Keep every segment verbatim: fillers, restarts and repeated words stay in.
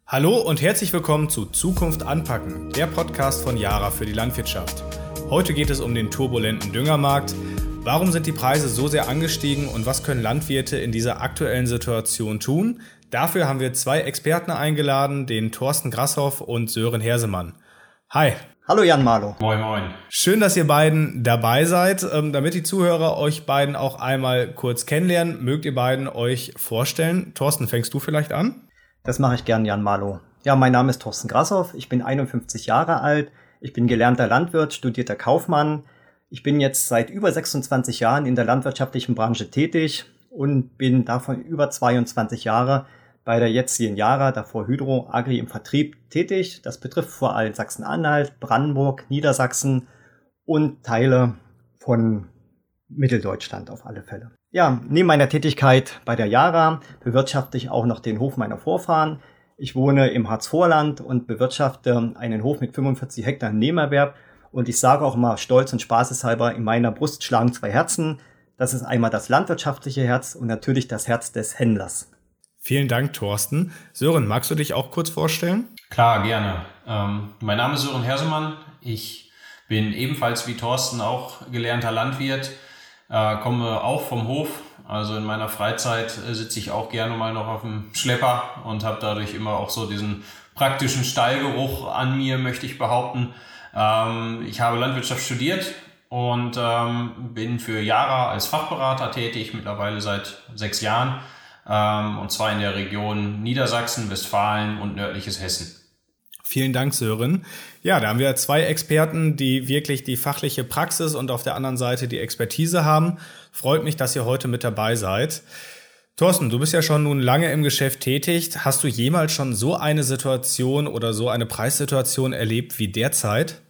Hallo und herzlich willkommen zu Zukunft anpacken, der Podcast von Yara für die Landwirtschaft. Heute geht es um den turbulenten Düngermarkt. Warum sind die Preise so sehr angestiegen und was können Landwirte in dieser aktuellen Situation tun? Dafür haben wir zwei Experten eingeladen, den Thorsten Grasshoff und Sören Hersemann. Hi. Hallo Jan Marlow. Moin, moin. Schön, dass ihr beiden dabei seid. Damit die Zuhörer euch beiden auch einmal kurz kennenlernen, mögt ihr beiden euch vorstellen. Thorsten, fängst du vielleicht an? Das mache ich gern, Jan Marlow. Ja, mein Name ist Thorsten Grasshoff, ich bin einundfünfzig Jahre alt, ich bin gelernter Landwirt, studierter Kaufmann. Ich bin jetzt seit über sechsundzwanzig Jahren in der landwirtschaftlichen Branche tätig und bin davon über zweiundzwanzig Jahre bei der jetzigen Yara, davor Hydro Agri im Vertrieb tätig. Das betrifft vor allem Sachsen-Anhalt, Brandenburg, Niedersachsen und Teile von Mitteldeutschland auf alle Fälle. Ja, neben meiner Tätigkeit bei der Yara bewirtschafte ich auch noch den Hof meiner Vorfahren. Ich wohne im Harzvorland und bewirtschafte einen Hof mit fünfundvierzig Hektar im Nebenerwerb. Und ich sage auch mal stolz und spaßeshalber, in meiner Brust schlagen zwei Herzen. Das ist einmal das landwirtschaftliche Herz und natürlich das Herz des Händlers. Vielen Dank, Thorsten. Sören, magst du dich auch kurz vorstellen? Klar, gerne. Ähm, mein Name ist Sören Hersemann. Ich bin ebenfalls wie Thorsten auch gelernter Landwirt. Äh, komme auch vom Hof, also in meiner Freizeit äh, sitze ich auch gerne mal noch auf dem Schlepper und habe dadurch immer auch so diesen praktischen Stallgeruch an mir, möchte ich behaupten. Ähm, ich habe Landwirtschaft studiert und ähm, bin für Yara als Fachberater tätig, mittlerweile seit sechs Jahren, ähm, und zwar in der Region Niedersachsen, Westfalen und nördliches Hessen. Vielen Dank, Sören. Ja, da haben wir zwei Experten, die wirklich die fachliche Praxis und auf der anderen Seite die Expertise haben. Freut mich, dass ihr heute mit dabei seid. Thorsten, du bist ja schon nun lange im Geschäft tätig. Hast du jemals schon so eine Situation oder so eine Preissituation erlebt wie derzeit?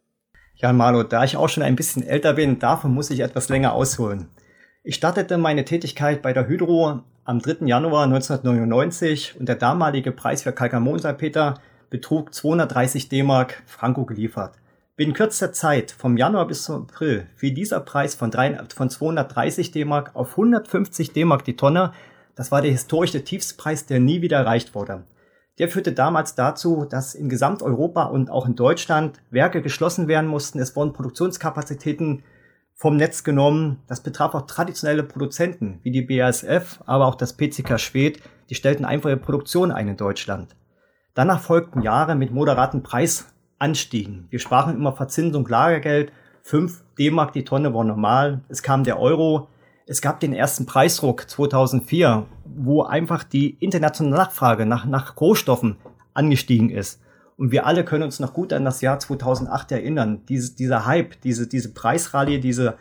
Ja, Marlo, da ich auch schon ein bisschen älter bin, davon muss ich etwas länger ausholen. Ich startete meine Tätigkeit bei der Hydro am dritten Januar neunzehnhundertneunundneunzig und der damalige Preis für Kalkammonsalpeter betrug zweihundertdreißig D-Mark Franco geliefert. Binnen kürzester Zeit, vom Januar bis zum April, fiel dieser Preis von, drei, von zweihundertdreißig D-Mark auf hundertfünfzig D-Mark die Tonne. Das war der historische Tiefstpreis, der nie wieder erreicht wurde. Der führte damals dazu, dass in Gesamteuropa und auch in Deutschland Werke geschlossen werden mussten. Es wurden Produktionskapazitäten vom Netz genommen. Das betraf auch traditionelle Produzenten wie die B A S F, aber auch das P C K Schwedt. Die stellten einfach ihre Produktion ein in Deutschland. Danach folgten Jahre mit moderaten Preisanstiegen. Wir sprachen immer Verzinsung, Lagergeld. fünf D-Mark die Tonne war normal. Es kam der Euro. Es gab den ersten Preisruck zweitausendvier, wo einfach die internationale Nachfrage nach, nach Rohstoffen angestiegen ist. Und wir alle können uns noch gut an das Jahr zweitausendacht erinnern. Diese, dieser Hype, diese, diese Preisrallye, diese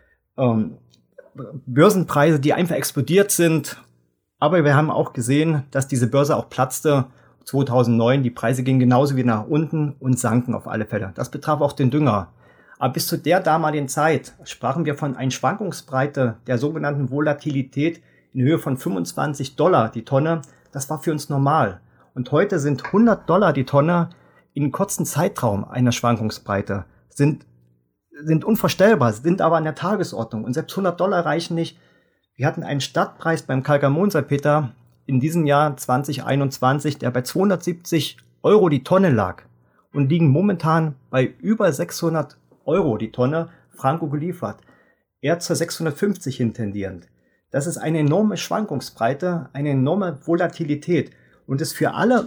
ähm, Börsenpreise, die einfach explodiert sind. Aber wir haben auch gesehen, dass diese Börse auch platzte. zweitausendneun, die Preise gingen genauso wie nach unten und sanken auf alle Fälle. Das betraf auch den Dünger. Aber bis zu der damaligen Zeit sprachen wir von einer Schwankungsbreite der sogenannten Volatilität in Höhe von fünfundzwanzig Dollar die Tonne. Das war für uns normal. Und heute sind hundert Dollar die Tonne in kurzen Zeitraum einer Schwankungsbreite. Sind, sind unvorstellbar, sind aber an der Tagesordnung. Und selbst hundert Dollar reichen nicht. Wir hatten einen Startpreis beim Kalkammonsalpeter in diesem Jahr zwanzig einundzwanzig, der bei zweihundertsiebzig Euro die Tonne lag und liegen momentan bei über sechshundert Euro die Tonne, Franco geliefert, eher zur sechshundertfünfzig hin tendierend. Das ist eine enorme Schwankungsbreite, eine enorme Volatilität und ist für alle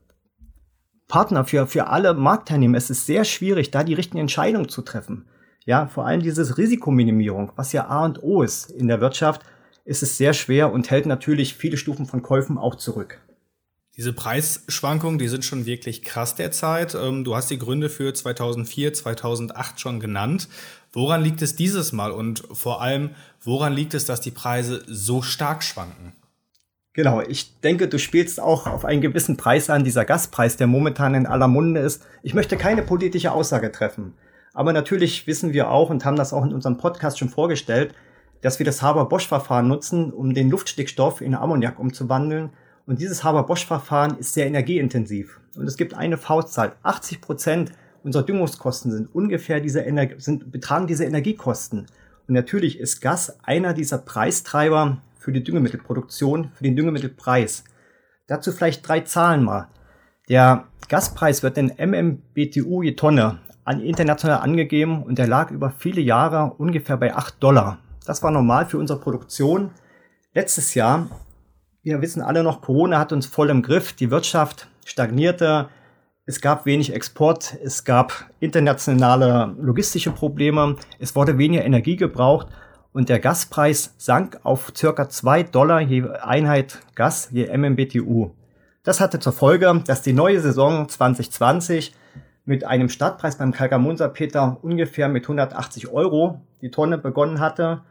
Partner, für, für alle Marktteilnehmer, es ist sehr schwierig, da die richtigen Entscheidungen zu treffen. Ja, vor allem dieses Risikominimierung, was ja A und O ist in der Wirtschaft, ist es sehr schwer und hält natürlich viele Stufen von Käufen auch zurück. Diese Preisschwankungen, die sind schon wirklich krass derzeit. Du hast die Gründe für zweitausendvier, zweitausendacht schon genannt. Woran liegt es dieses Mal und vor allem, woran liegt es, dass die Preise so stark schwanken? Genau, ich denke, du spielst auch auf einen gewissen Preis an, dieser Gaspreis, der momentan in aller Munde ist. Ich möchte keine politische Aussage treffen, aber natürlich wissen wir auch und haben das auch in unserem Podcast schon vorgestellt, dass wir das Haber-Bosch-Verfahren nutzen, um den Luftstickstoff in Ammoniak umzuwandeln. Und dieses Haber-Bosch-Verfahren ist sehr energieintensiv. Und es gibt eine Faustzahl. achtzig Prozent unserer Düngungskosten sind ungefähr diese Ener- sind, betragen diese Energiekosten. Und natürlich ist Gas einer dieser Preistreiber für die Düngemittelproduktion, für den Düngemittelpreis. Dazu vielleicht drei Zahlen mal. Der Gaspreis wird in Millimeter-Mbtu je Tonne an international angegeben und der lag über viele Jahre ungefähr bei acht Dollar. Das war normal für unsere Produktion. Letztes Jahr, wir wissen alle noch, Corona hat uns voll im Griff, die Wirtschaft stagnierte, es gab wenig Export, es gab internationale logistische Probleme, es wurde weniger Energie gebraucht und der Gaspreis sank auf ca. zwei Dollar je Einheit Gas je Millimeter-Mbtu. Das hatte zur Folge, dass die neue Saison zwanzig zwanzig mit einem Startpreis beim Kalkamunsa-Peter ungefähr mit hundertachtzig Euro die Tonne begonnen hatte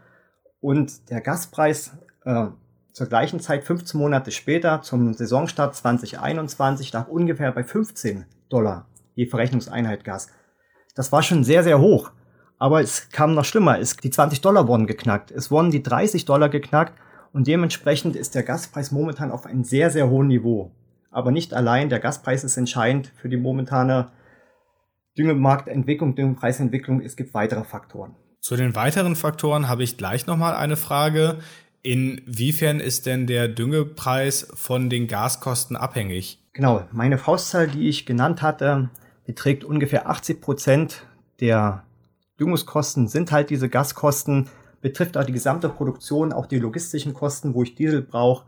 und der Gaspreis äh, zur gleichen Zeit, fünfzehn Monate später, zum Saisonstart zwanzig einundzwanzig, lag ungefähr bei fünfzehn Dollar je Verrechnungseinheit Gas. Das war schon sehr, sehr hoch. Aber es kam noch schlimmer. Es, die zwanzig Dollar wurden geknackt. Es wurden die dreißig Dollar geknackt. Und dementsprechend ist der Gaspreis momentan auf einem sehr, sehr hohen Niveau. Aber nicht allein. Der Gaspreis ist entscheidend für die momentane Düngemarktentwicklung, Düngepreisentwicklung. Es gibt weitere Faktoren. Zu den weiteren Faktoren habe ich gleich nochmal eine Frage. Inwiefern ist denn der Düngepreis von den Gaskosten abhängig? Genau, meine Faustzahl, die ich genannt hatte, beträgt ungefähr achtzig Prozent der Düngungskosten, sind halt diese Gaskosten, betrifft auch die gesamte Produktion, auch die logistischen Kosten, wo ich Diesel brauche.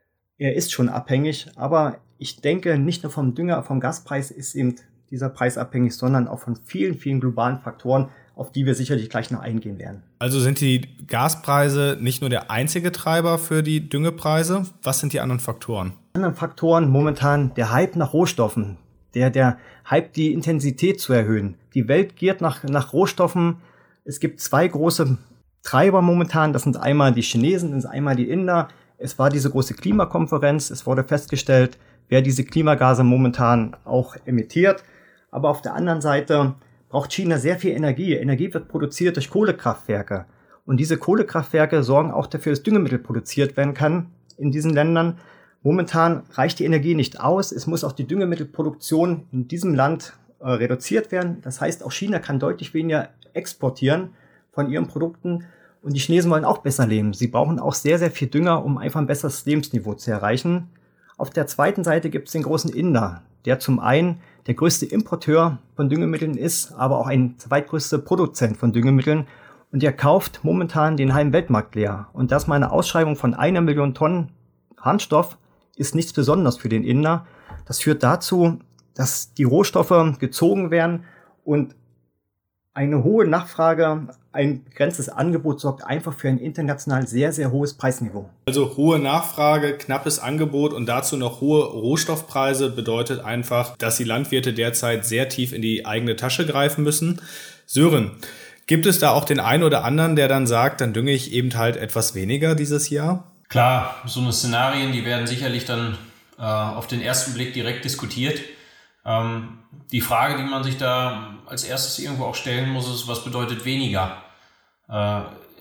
Er ist schon abhängig, aber ich denke, nicht nur vom Dünger, vom Gaspreis ist eben dieser Preis abhängig, sondern auch von vielen, vielen globalen Faktoren, auf die wir sicherlich gleich noch eingehen werden. Also sind die Gaspreise nicht nur der einzige Treiber für die Düngepreise? Was sind die anderen Faktoren? Die anderen Faktoren momentan der Hype nach Rohstoffen, der, der Hype, die Intensität zu erhöhen. Die Welt giert nach, nach Rohstoffen. Es gibt zwei große Treiber momentan. Das sind einmal die Chinesen, das sind einmal die Inder. Es war diese große Klimakonferenz. Es wurde festgestellt, wer diese Klimagase momentan auch emittiert. Aber auf der anderen Seite braucht China sehr viel Energie. Energie wird produziert durch Kohlekraftwerke. Und diese Kohlekraftwerke sorgen auch dafür, dass Düngemittel produziert werden kann in diesen Ländern. Momentan reicht die Energie nicht aus. Es muss auch die Düngemittelproduktion in diesem Land äh, reduziert werden. Das heißt, auch China kann deutlich weniger exportieren von ihren Produkten. Und die Chinesen wollen auch besser leben. Sie brauchen auch sehr, sehr viel Dünger, um einfach ein besseres Lebensniveau zu erreichen. Auf der zweiten Seite gibt es den großen Inder, der zum einen der größte Importeur von Düngemitteln ist, aber auch ein zweitgrößter Produzent von Düngemitteln. Und der kauft momentan den halben Weltmarkt leer. Und das mal eine Ausschreibung von einer Million Tonnen Harnstoff ist nichts Besonderes für den Inder. Das führt dazu, dass die Rohstoffe gezogen werden und eine hohe Nachfrage, ein begrenztes Angebot sorgt einfach für ein international sehr, sehr hohes Preisniveau. Also hohe Nachfrage, knappes Angebot und dazu noch hohe Rohstoffpreise bedeutet einfach, dass die Landwirte derzeit sehr tief in die eigene Tasche greifen müssen. Sören, gibt es da auch den einen oder anderen, der dann sagt, dann dünge ich eben halt etwas weniger dieses Jahr? Klar, so eine Szenarien, die werden sicherlich dann äh, auf den ersten Blick direkt diskutiert. Ähm, die Frage, die man sich da als erstes irgendwo auch stellen muss, ist, was bedeutet weniger? Äh,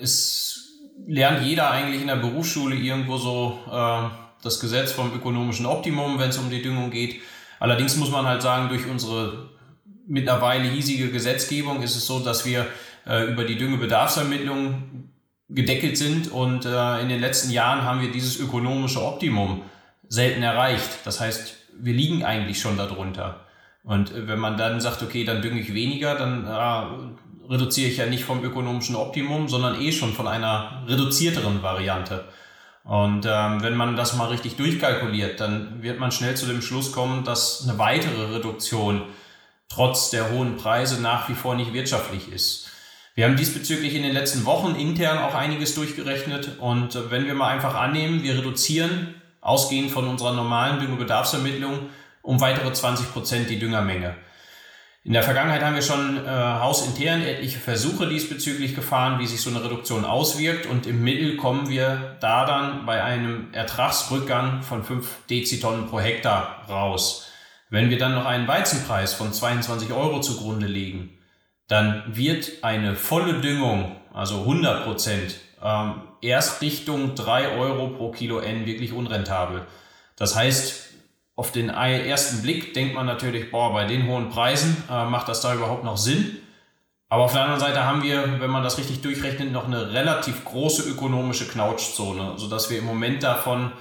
es lernt jeder eigentlich in der Berufsschule irgendwo so äh, das Gesetz vom ökonomischen Optimum, wenn es um die Düngung geht. Allerdings muss man halt sagen, durch unsere mittlerweile hiesige Gesetzgebung ist es so, dass wir äh, über die Düngebedarfsermittlung gedeckelt sind und äh, in den letzten Jahren haben wir dieses ökonomische Optimum selten erreicht. Das heißt, wir liegen eigentlich schon darunter. Und wenn man dann sagt, okay, dann dünge ich weniger, dann äh, reduziere ich ja nicht vom ökonomischen Optimum, sondern eh schon von einer reduzierteren Variante. Und ähm, wenn man das mal richtig durchkalkuliert, dann wird man schnell zu dem Schluss kommen, dass eine weitere Reduktion trotz der hohen Preise nach wie vor nicht wirtschaftlich ist. Wir haben diesbezüglich in den letzten Wochen intern auch einiges durchgerechnet und äh, wenn wir mal einfach annehmen, wir reduzieren ausgehend von unserer normalen Düngebedarfsermittlung um weitere zwanzig Prozent die Düngermenge. In der Vergangenheit haben wir schon äh, hausintern etliche Versuche diesbezüglich gefahren, wie sich so eine Reduktion auswirkt und im Mittel kommen wir da dann bei einem Ertragsrückgang von fünf Dezitonnen pro Hektar raus. Wenn wir dann noch einen Weizenpreis von zweiundzwanzig Euro zugrunde legen, dann wird eine volle Düngung, also hundert Prozent, ähm, erst Richtung drei Euro pro Kilo N wirklich unrentabel. Das heißt, auf den ersten Blick denkt man natürlich, boah, bei den hohen Preisen äh, macht das da überhaupt noch Sinn. Aber auf der anderen Seite haben wir, wenn man das richtig durchrechnet, noch eine relativ große ökonomische Knautschzone, sodass wir im Moment davon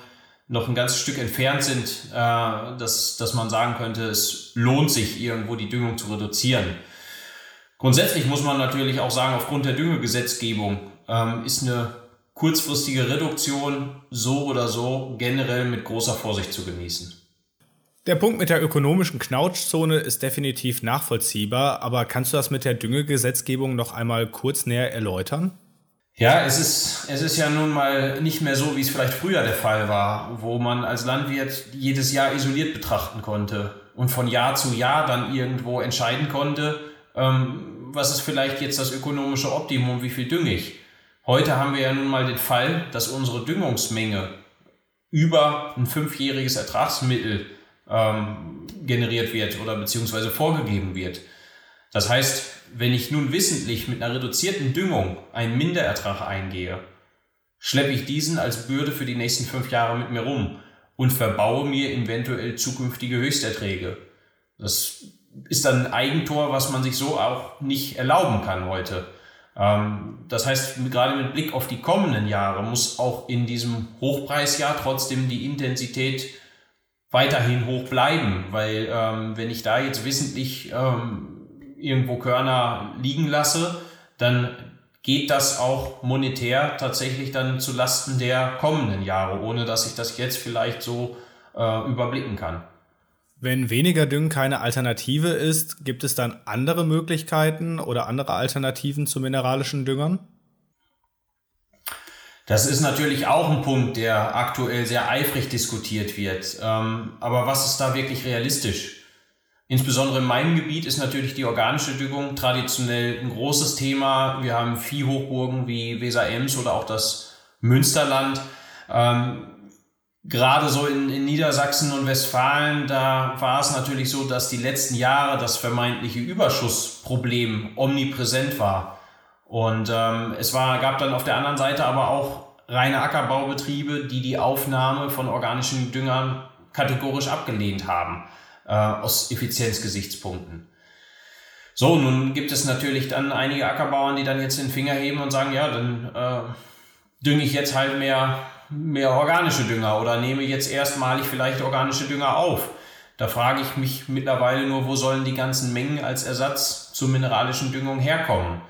noch ein ganzes Stück entfernt sind, äh, dass, dass man sagen könnte, es lohnt sich irgendwo die Düngung zu reduzieren. Grundsätzlich muss man natürlich auch sagen, aufgrund der Düngegesetzgebung ähm, ist eine kurzfristige Reduktion so oder so generell mit großer Vorsicht zu genießen. Der Punkt mit der ökonomischen Knautschzone ist definitiv nachvollziehbar, aber kannst du das mit der Düngegesetzgebung noch einmal kurz näher erläutern? Ja, es ist, es ist ja nun mal nicht mehr so, wie es vielleicht früher der Fall war, wo man als Landwirt jedes Jahr isoliert betrachten konnte und von Jahr zu Jahr dann irgendwo entscheiden konnte, ähm, was ist vielleicht jetzt das ökonomische Optimum, wie viel dünge ich. Heute haben wir ja nun mal den Fall, dass unsere Düngungsmenge über ein fünfjähriges Ertragsmittel ähm, generiert wird oder beziehungsweise vorgegeben wird. Das heißt, wenn ich nun wissentlich mit einer reduzierten Düngung einen Minderertrag eingehe, schleppe ich diesen als Bürde für die nächsten fünf Jahre mit mir rum und verbaue mir eventuell zukünftige Höchsterträge. Das ist dann ein Eigentor, was man sich so auch nicht erlauben kann heute. Das heißt, gerade mit Blick auf die kommenden Jahre muss auch in diesem Hochpreisjahr trotzdem die Intensität weiterhin hoch bleiben, weil ähm, wenn ich da jetzt wissentlich ähm, irgendwo Körner liegen lasse, dann geht das auch monetär tatsächlich dann zu Lasten der kommenden Jahre, ohne dass ich das jetzt vielleicht so äh, überblicken kann. Wenn weniger Düngen keine Alternative ist, gibt es dann andere Möglichkeiten oder andere Alternativen zu mineralischen Düngern? Das ist natürlich auch ein Punkt, der aktuell sehr eifrig diskutiert wird. Ähm, aber was ist da wirklich realistisch? Insbesondere in meinem Gebiet ist natürlich die organische Düngung traditionell ein großes Thema. Wir haben Viehhochburgen wie Weser-Ems oder auch das Münsterland. Ähm, Gerade so in, in Niedersachsen und Westfalen, da war es natürlich so, dass die letzten Jahre das vermeintliche Überschussproblem omnipräsent war. Und ähm, es war, gab dann auf der anderen Seite aber auch reine Ackerbaubetriebe, die die Aufnahme von organischen Düngern kategorisch abgelehnt haben, äh, aus Effizienzgesichtspunkten. So, nun gibt es natürlich dann einige Ackerbauern, die dann jetzt den Finger heben und sagen, ja, dann äh, dünge ich jetzt halt mehr mehr organische Dünger oder nehme jetzt erstmalig vielleicht organische Dünger auf. Da frage ich mich mittlerweile nur, wo sollen die ganzen Mengen als Ersatz zur mineralischen Düngung herkommen?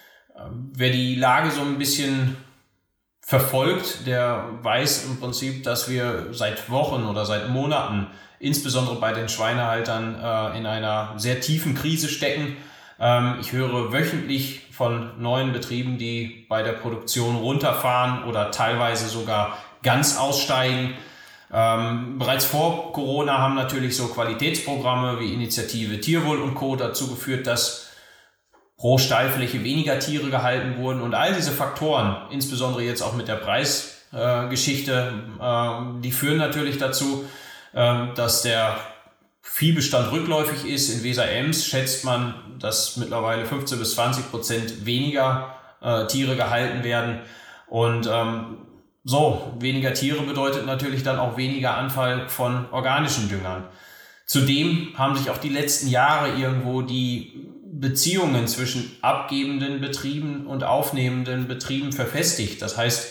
Wer die Lage so ein bisschen verfolgt, der weiß im Prinzip, dass wir seit Wochen oder seit Monaten, insbesondere bei den Schweinehaltern, in einer sehr tiefen Krise stecken. Ich höre wöchentlich von neuen Betrieben, die bei der Produktion runterfahren oder teilweise sogar ganz aussteigen. Ähm, bereits vor Corona haben natürlich so Qualitätsprogramme wie Initiative Tierwohl und Co. dazu geführt, dass pro Stallfläche weniger Tiere gehalten wurden. Und all diese Faktoren, insbesondere jetzt auch mit der Preisgeschichte, äh, die führen natürlich dazu, äh, dass der Viehbestand rückläufig ist. In Weser-Ems schätzt man, dass mittlerweile fünfzehn bis zwanzig Prozent weniger äh, Tiere gehalten werden. Und ähm, so, weniger Tiere bedeutet natürlich dann auch weniger Anfall von organischen Düngern. Zudem haben sich auch die letzten Jahre irgendwo die Beziehungen zwischen abgebenden Betrieben und aufnehmenden Betrieben verfestigt. Das heißt,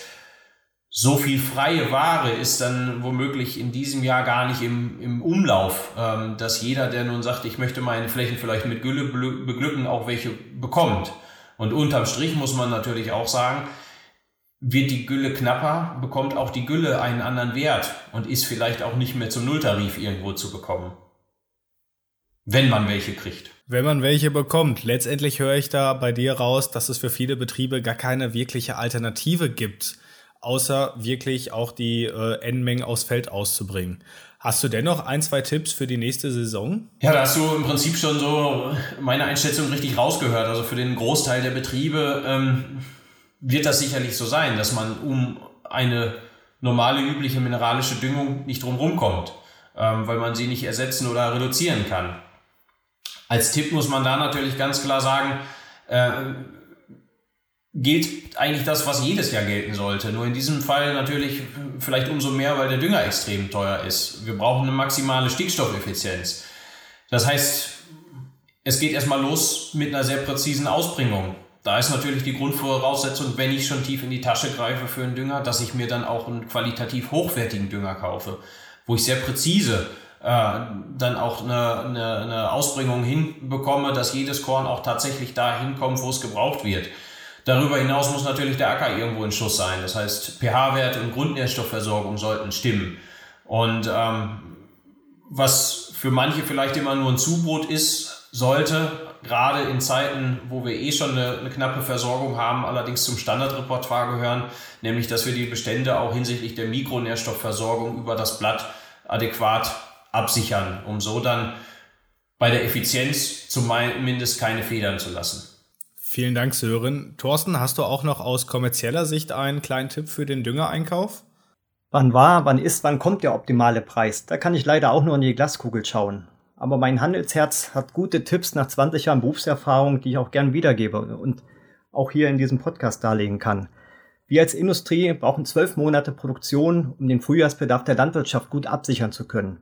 so viel freie Ware ist dann womöglich in diesem Jahr gar nicht im, im Umlauf, ähm, dass jeder, der nun sagt, ich möchte meine Flächen vielleicht mit Gülle beglücken, auch welche bekommt. Und unterm Strich muss man natürlich auch sagen, wird die Gülle knapper, bekommt auch die Gülle einen anderen Wert und ist vielleicht auch nicht mehr zum Nulltarif irgendwo zu bekommen. Wenn man welche kriegt. Wenn man welche bekommt. Letztendlich höre ich da bei dir raus, dass es für viele Betriebe gar keine wirkliche Alternative gibt, außer wirklich auch die äh, N-Mengen aufs Feld auszubringen. Hast du dennoch ein, zwei Tipps für die nächste Saison? Ja, da hast du im Prinzip schon so meine Einschätzung richtig rausgehört. Also für den Großteil der Betriebe ähm, wird das sicherlich so sein, dass man um eine normale, übliche mineralische Düngung nicht drum rumkommt, ähm, weil man sie nicht ersetzen oder reduzieren kann. Als Tipp muss man da natürlich ganz klar sagen, äh, gilt eigentlich das, was jedes Jahr gelten sollte. Nur in diesem Fall natürlich vielleicht umso mehr, weil der Dünger extrem teuer ist. Wir brauchen eine maximale Stickstoffeffizienz. Das heißt, es geht erstmal los mit einer sehr präzisen Ausbringung. da ist natürlich die Grundvoraussetzung, wenn ich schon tief in die Tasche greife für einen Dünger, dass ich mir dann auch einen qualitativ hochwertigen Dünger kaufe, wo ich sehr präzise äh, dann auch eine, eine, eine Ausbringung hinbekomme, dass jedes Korn auch tatsächlich da hinkommt, wo es gebraucht wird. Darüber hinaus muss natürlich der Acker irgendwo in Schuss sein. Das heißt, pH-Werte und Grundnährstoffversorgung sollten stimmen. Und ähm, was für manche vielleicht immer nur ein Zubrot ist, sollte, gerade in Zeiten, wo wir eh schon eine, eine knappe Versorgung haben, allerdings zum Standardrepertoire gehören, nämlich, dass wir die Bestände auch hinsichtlich der Mikronährstoffversorgung über das Blatt adäquat absichern, um so dann bei der Effizienz zumindest keine Federn zu lassen. Vielen Dank, Sören. Thorsten, hast du auch noch aus kommerzieller Sicht einen kleinen Tipp für den Düngereinkauf? Wann war, wann ist, wann kommt der optimale Preis? Da kann ich leider auch nur in die Glaskugel schauen. Aber mein Handelsherz hat gute Tipps nach zwanzig Jahren Berufserfahrung, die ich auch gern wiedergebe und auch hier in diesem Podcast darlegen kann. Wir als Industrie brauchen zwölf Monate Produktion, um den Frühjahrsbedarf der Landwirtschaft gut absichern zu können.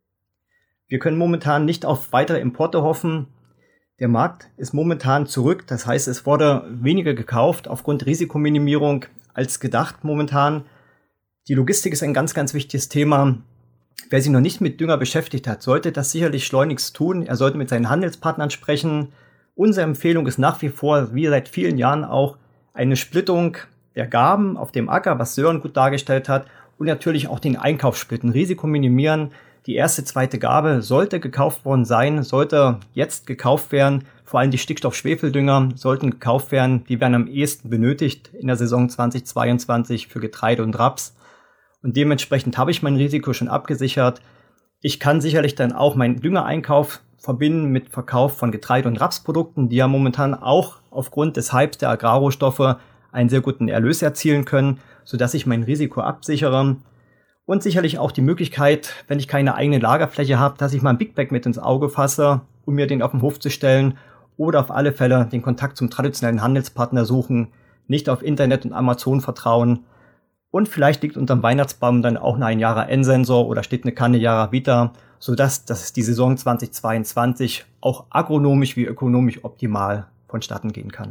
Wir können momentan nicht auf weitere Importe hoffen. Der Markt ist momentan zurück, das heißt, es wurde weniger gekauft aufgrund Risikominimierung als gedacht momentan. Die Logistik ist ein ganz, ganz wichtiges Thema. Wer sich noch nicht mit Dünger beschäftigt hat, sollte das sicherlich schleunigst tun. Er sollte mit seinen Handelspartnern sprechen. Unsere Empfehlung ist nach wie vor, wie seit vielen Jahren auch, eine Splittung der Gaben auf dem Acker, was Sören gut dargestellt hat, und natürlich auch den Einkauf splitten, Risiko minimieren. Die erste, zweite Gabe sollte gekauft worden sein, sollte jetzt gekauft werden. Vor allem die Stickstoff-Schwefeldünger sollten gekauft werden. Die werden am ehesten benötigt in der Saison zweitausendzweiundzwanzig für Getreide und Raps. Und dementsprechend habe ich mein Risiko schon abgesichert. Ich kann sicherlich dann auch meinen Düngereinkauf verbinden mit Verkauf von Getreide- und Rapsprodukten, die ja momentan auch aufgrund des Hypes der Agrarrohstoffe einen sehr guten Erlös erzielen können, sodass ich mein Risiko absichere. Und sicherlich auch die Möglichkeit, wenn ich keine eigene Lagerfläche habe, dass ich mal ein Big Bag mit ins Auge fasse, um mir den auf den Hof zu stellen, oder auf alle Fälle den Kontakt zum traditionellen Handelspartner suchen, nicht auf Internet und Amazon vertrauen. Und vielleicht liegt unterm Weihnachtsbaum dann auch ein Jahre-N-Sensor oder steht eine Kanne Jahre-Vita, sodass dass die Saison zweitausendzweiundzwanzig auch agronomisch wie ökonomisch optimal vonstatten gehen kann.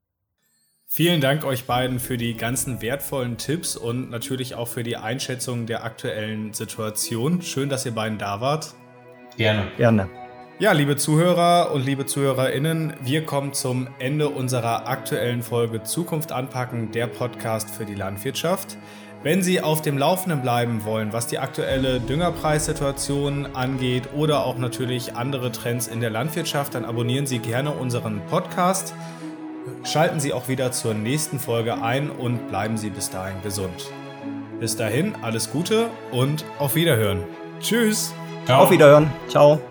Vielen Dank euch beiden für die ganzen wertvollen Tipps und natürlich auch für die Einschätzung der aktuellen Situation. Schön, dass ihr beiden da wart. Gerne. Gerne. Ja, liebe Zuhörer und liebe ZuhörerInnen, wir kommen zum Ende unserer aktuellen Folge Zukunft anpacken, der Podcast für die Landwirtschaft. Wenn Sie auf dem Laufenden bleiben wollen, was die aktuelle Düngerpreissituation angeht oder auch natürlich andere Trends in der Landwirtschaft, dann abonnieren Sie gerne unseren Podcast. Schalten Sie auch wieder zur nächsten Folge ein und bleiben Sie bis dahin gesund. Bis dahin, alles Gute und auf Wiederhören. Tschüss. Ciao. Auf Wiederhören. Ciao.